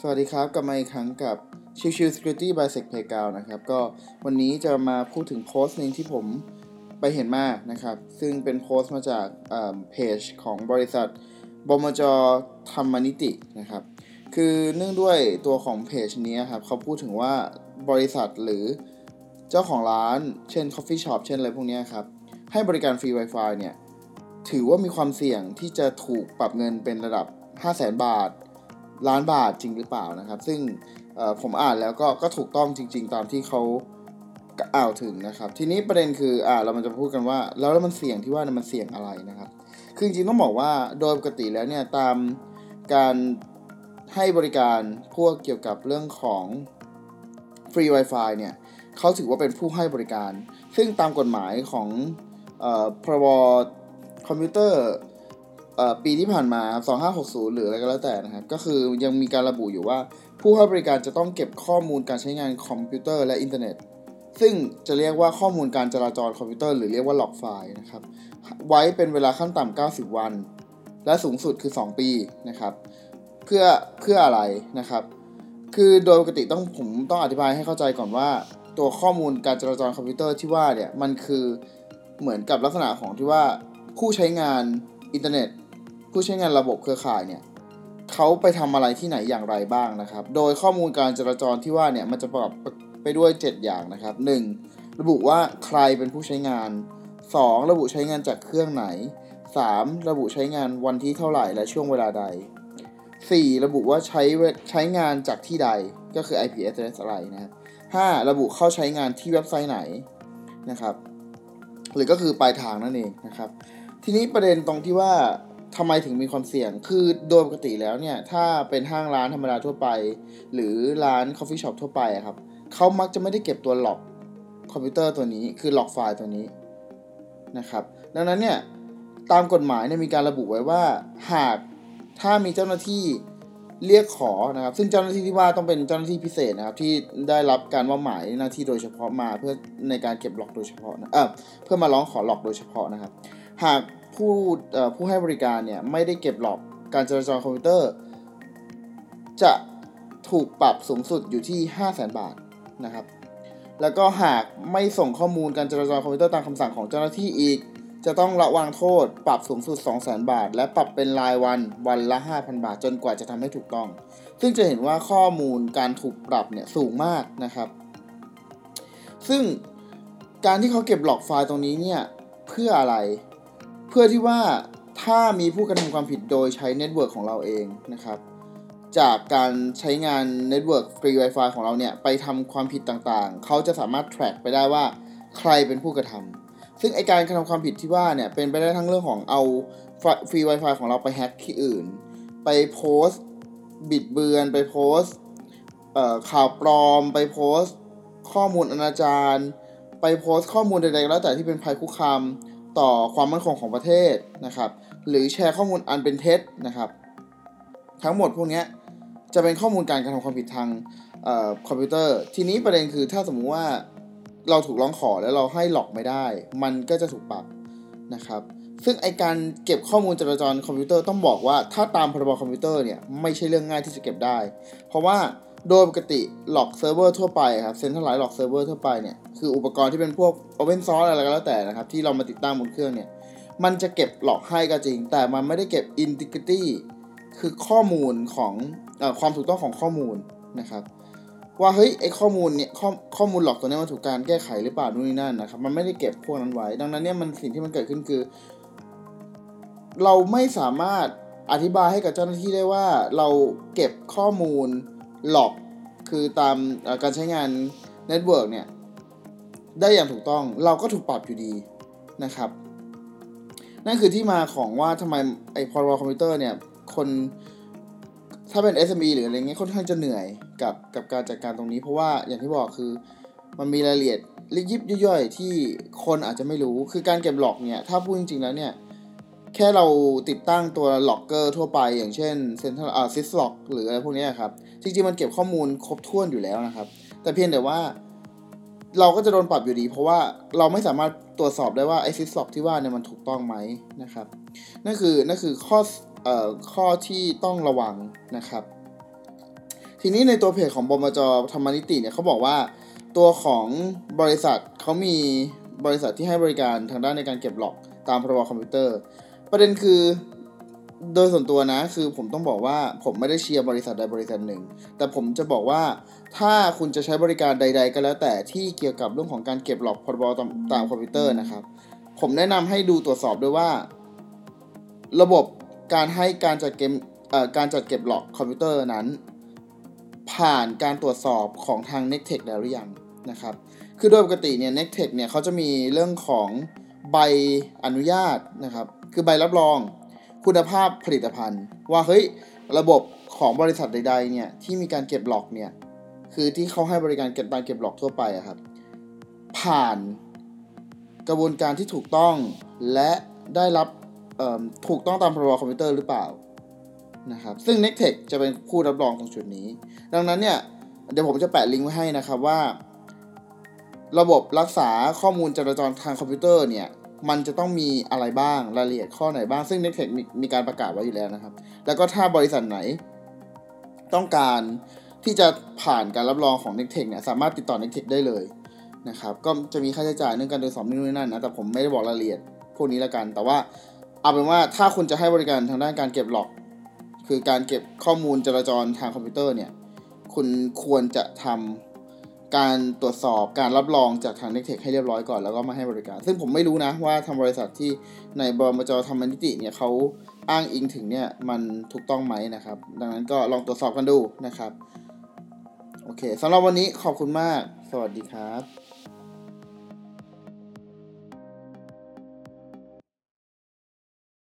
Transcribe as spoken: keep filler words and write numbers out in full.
สวัสดีครับกลับมาอีกครั้งกับชิวชิว Security by Sec Playground นะครับก็วันนี้จะมาพูดถึงโพสต์นึงที่ผมไปเห็นมานะครับซึ่งเป็นโพสต์มาจากเพจของบริษัทบมจ.ธรรมนิตินะครับคือเนื่องด้วยตัวของเพจนี้ครับเขาพูดถึงว่าบริษัทหรือเจ้าของร้านเช่น Coffee Shop เช่นอะไรพวกนี้ครับให้บริการฟรี Wi-Fi เนี่ยถือว่ามีความเสี่ยงที่จะถูกปรับเงินเป็นระดับ ห้าแสน บาทล้านบาทจริงหรือเปล่านะครับซึ่งผมอ่านแล้วก็ก็ถูกต้องจริงๆตามที่เขากล่าวถึงนะครับทีนี้ประเด็นคืออ่าเรามันจะพูดกันว่าแล้วแล้วมันเสี่ยงที่ว่ามันเสี่ยงอะไรนะครับคือจริงๆต้องบอกว่าโดยปกติแล้วเนี่ยตามการให้บริการพวกเกี่ยวกับเรื่องของฟรี Wi-Fi เนี่ยเขาถือว่าเป็นผู้ให้บริการซึ่งตามกฎหมายของเอ่อพรบคอมพิวเตอร์ปีที่ผ่านมาสองพันห้าร้อยหกสิบหรืออะไรก็แล้วแต่นะครับก็คือยังมีการระบุอยู่ว่าผู้ให้บริการจะต้องเก็บข้อมูลการใช้งานคอมพิวเตอร์และอินเทอร์เน็ตซึ่งจะเรียกว่าข้อมูลการจราจรคอมพิวเตอร์หรือเรียกว่าล็อกไฟล์นะครับไว้เป็นเวลาขั้นต่ำเก้าสิบวันและสูงสุดคือสองปีนะครับเพื่อเพื่ออะไรนะครับคือโดยปกติต้องผมต้องอธิบายให้เข้าใจก่อนว่าตัวข้อมูลการจราจรคอมพิวเตอร์ที่ว่าเนี่ยมันคือเหมือนกับลักษณะของที่ว่าผู้ใช้งานอินเทอร์เน็ตผู้ใช้งานระบบเครือข่ายเนี่ยเขาไปทำอะไรที่ไหนอย่างไรบ้างนะครับโดยข้อมูลการจราจรที่ว่าเนี่ยมันจะประกอบไปด้วยเจ็ดอย่างนะครับหนึ่งระบุว่าใครเป็นผู้ใช้งานสองระบุใช้งานจากเครื่องไหนสามระบุใช้งานวันที่เท่าไหร่และช่วงเวลาใดสี่ระบุว่าใช้ใช้งานจากที่ใดก็คือ ไอ พี address อะไรนะครับห้าระบุเข้าใช้งานที่เว็บไซต์ไหนนะครับหรือก็คือปลายทางนั่นเองนะครับทีนี้ประเด็นตรงที่ว่าทำไมถึงมีความเสี่ยงคือโดยปกติแล้วเนี่ยถ้าเป็นห้างร้านธรรมดาทั่วไปหรือร้าน Coffee Shop ทั่วไปครับเขามักจะไม่ได้เก็บตัวล็อกคอมพิวเตอร์ตัวนี้คือล็อกไฟล์ตัวนี้นะครับดังนั้นเนี่ยตามกฎหมายเนี่ยมีการระบุไว้ว่าหากถ้ามีเจ้าหน้าที่เรียกขอนะครับซึ่งเจ้าหน้าที่ที่ว่าต้องเป็นเจ้าหน้าที่พิเศษนะครับที่ได้รับการมอบหมายหน้าที่โดยเฉพาะมาเพื่อในการเก็บล็อกโดยเฉพาะนะเออเพื่อมาร้องขอล็อกโดยเฉพาะนะครับหากผู้ผู้ให้บริการเนี่ยไม่ได้เก็บล็อกการจราจรคอมพิวเตอร์จะถูกปรับสูงสุดอยู่ที่ ห้าแสน บาทนะครับแล้วก็หากไม่ส่งข้อมูลการจราจรคอมพิวเตอร์ตามคำสั่งของเจ้าหน้าที่อีกจะต้องระวางโทษปรับสูงสุด สองแสน บาทและปรับเป็นรายวันวันละ ห้าพัน บาทจนกว่าจะทำให้ถูกต้องซึ่งจะเห็นว่าข้อมูลการถูกปรับเนี่ยสูงมากนะครับซึ่งการที่เขาเก็บล็อกไฟล์ตรงนี้เนี่ยเพื่ออะไรเพื่อที่ว่าถ้ามีผู้กระทำความผิดโดยใช้เน็ตเวิร์กของเราเองนะครับจากการใช้งานเน็ตเวิร์กฟรี Wi-Fi ของเราเนี่ยไปทำความผิดต่างๆเขาจะสามารถ track ไปได้ว่าใครเป็นผู้กระทำซึ่งไอการกระทำความผิดที่ว่าเนี่ยเป็นไปได้ทั้งเรื่องของเอาฟรี Wi-Fi ของเราไปแฮ็กที่อื่นไปโพสต์บิดเบือนไปโพสต์ข่าวปลอมไปโพสต์ข้อมูลอนาจารไปโพสต์ข้อมูลใดๆแล้วแต่ที่เป็นภัยคุกคามต่อความมั่นคงของประเทศนะครับหรือแชร์ข้อมูลอันเป็นเท็จนะครับทั้งหมดพวกนี้จะเป็นข้อมูลการกระทำความผิดทางคอมพิวเตอร์ทีนี้ประเด็นคือถ้าสมมุติว่าเราถูกร้องขอแล้วเราให้ล็อกไม่ได้มันก็จะถูกปรับนะครับซึ่งไอการเก็บข้อมูลจราจรคอมพิวเตอร์ต้องบอกว่าถ้าตามพรบคอมพิวเตอร์เนี่ยไม่ใช่เรื่องง่ายที่จะเก็บได้เพราะว่าโดยปกติล็อกเซิร์ฟเวอร์ทั่วไปครับเซ็นทรัลไลท์ล็อกเซิร์ฟเวอร์ทั่วไปเนี่ยคืออุปกรณ์ที่เป็นพวก Open Source อะไรก็แล้วแต่นะครับที่เรามาติดตั้งบนเครื่องเนี่ยมันจะเก็บล็อกให้ก็จริงแต่มันไม่ได้เก็บ integrity คือข้อมูลของเอ่อความถูกต้องของข้อมูลนะครับว่าเฮ้ยไอข้อมูลเนี่ยข้อข้อมูลหลอกตัวนี้มันถูกการแก้ไขหรือเปล่านู่นนี่นั่นนะครับมันไม่ได้เก็บพวกนั้นไว้ดังนั้นเนี่ยมันสิ่งที่มันเกิดขึ้นคือเราไม่สามารถอธิบายให้กับเจ้าหน้าที่ได้ว่าเราเก็บข้อมูลหลอกคือตามการใช้งานเน็ตเวิร์กเนี่ยได้อย่างถูกต้องเราก็ถูกปรับอยู่ดีนะครับนั่นคือที่มาของว่าทำไมไอ้พรบคอมพิวเตอร์เนี่ยคนถ้าเป็น เอส เอ็ม อี หรืออะไรเงี้ยค่อนข้างจะเหนื่อยกับกับการจัดการตรงนี้เพราะว่าอย่างที่บอกคือมันมีรายละเอียดยิบย่อยๆที่คนอาจจะไม่รู้คือการเก็บล็อกเนี่ยถ้าพูดจริงๆแล้วเนี่ยแค่เราติดตั้งตัวล็อกเกอร์ทั่วไปอย่างเช่น Central อ่า Syslog หรืออะไรพวกนี้ครับจริงๆมันเก็บข้อมูลครบถ้วนอยู่แล้วนะครับแต่เพียงแต่ว่าเราก็จะโดนปรับอยู่ดีเพราะว่าเราไม่สามารถตรวจสอบได้ว่าไอ้ Syslog ที่ว่าเนี่ยมันถูกต้องไหมนะครับนั่นคือนั่นคือข้อเอ่อข้อที่ต้องระวังนะครับทีนี้ในตัวเพจของบมจ.ธรรมนิติเนี่ยเขาบอกว่าตัวของบริษัทเขามีบริษัทที่ให้บริการทางด้านในการเก็บล็อกตามพรบคอมพิวเตอร์ประเด็นคือโดยส่วนตัวนะคือผมต้องบอกว่าผมไม่ได้เชียร์บริษัทใดบริษัทหนึ่งแต่ผมจะบอกว่าถ้าคุณจะใช้บริการใดๆก็แล้วแต่ที่เกี่ยวกับเรื่องของการเก็บล็อกพรบตามคอมพิวเตอร์นะครับผมแนะนำให้ดูตรวจสอบด้วยว่าระบบการให้การจัดเก็บเอ่อการจัดเก็บล็อกคอมพิวเตอร์นั้นผ่านการตรวจสอบของทาง Nectech แล้วหรือยังนะครับคือโดยปกติเนี่ย Nectech เนี่ยเขาจะมีเรื่องของใบอนุญาตนะครับคือใบรับรองคุณภาพผลิตภัณฑ์ว่าเฮ้ยระบบของบริษัทใดๆเนี่ยที่มีการเก็บล็อกเนี่ยคือที่เขาให้บริการเก็บการเก็บล็อกทั่วไปอะครับผ่านกระบวนการที่ถูกต้องและได้รับถูกต้องตามพรบคอมพิวเตอร์หรือเปล่านะครับซึ่ง Nectech จะเป็นผู้รับรองตรงจุดนี้ดังนั้นเนี่ยเดี๋ยวผมจะแปะลิงก์ไว้ให้นะครับว่าระบบรักษาข้อมูลจราจรทางคอมพิวเตอร์เนี่ยมันจะต้องมีอะไรบ้างรายละเอียดข้อไหนบ้างซึ่ง Nectech มี, มีการประกาศไว้อยู่แล้วนะครับแล้วก็ถ้าบริษัทไหนต้องการที่จะผ่านการรับรองของ Nectech เนี่ยสามารถติดต่อ Nectech ได้เลยนะครับก็จะมีค่าใช้จ่ายเรื่องการตรวจสอบนู่นนี่นั่นนะแต่ผมไม่ได้บอกรายละเอียดพวกนี้ละกันแต่ว่าเอาเป็นว่าถ้าคุณจะให้บริการทางด้านการเก็บล็อกคือการเก็บข้อมูลจราจรทางคอมพิวเตอร์เนี่ยคุณควรจะทำการตรวจสอบการรับรองจากทาง Nectech ให้เรียบร้อยก่อนแล้วก็มาให้บริการซึ่งผมไม่รู้นะว่าทางบริษัทที่ในบมจ.ธรรมนิติเนี่ยเขาอ้างอิงถึงเนี่ยมันถูกต้องไหมนะครับดังนั้นก็ลองตรวจสอบกันดูนะครับโอเคสำหรับวันนี้ขอบคุณมากสวัสดีครับ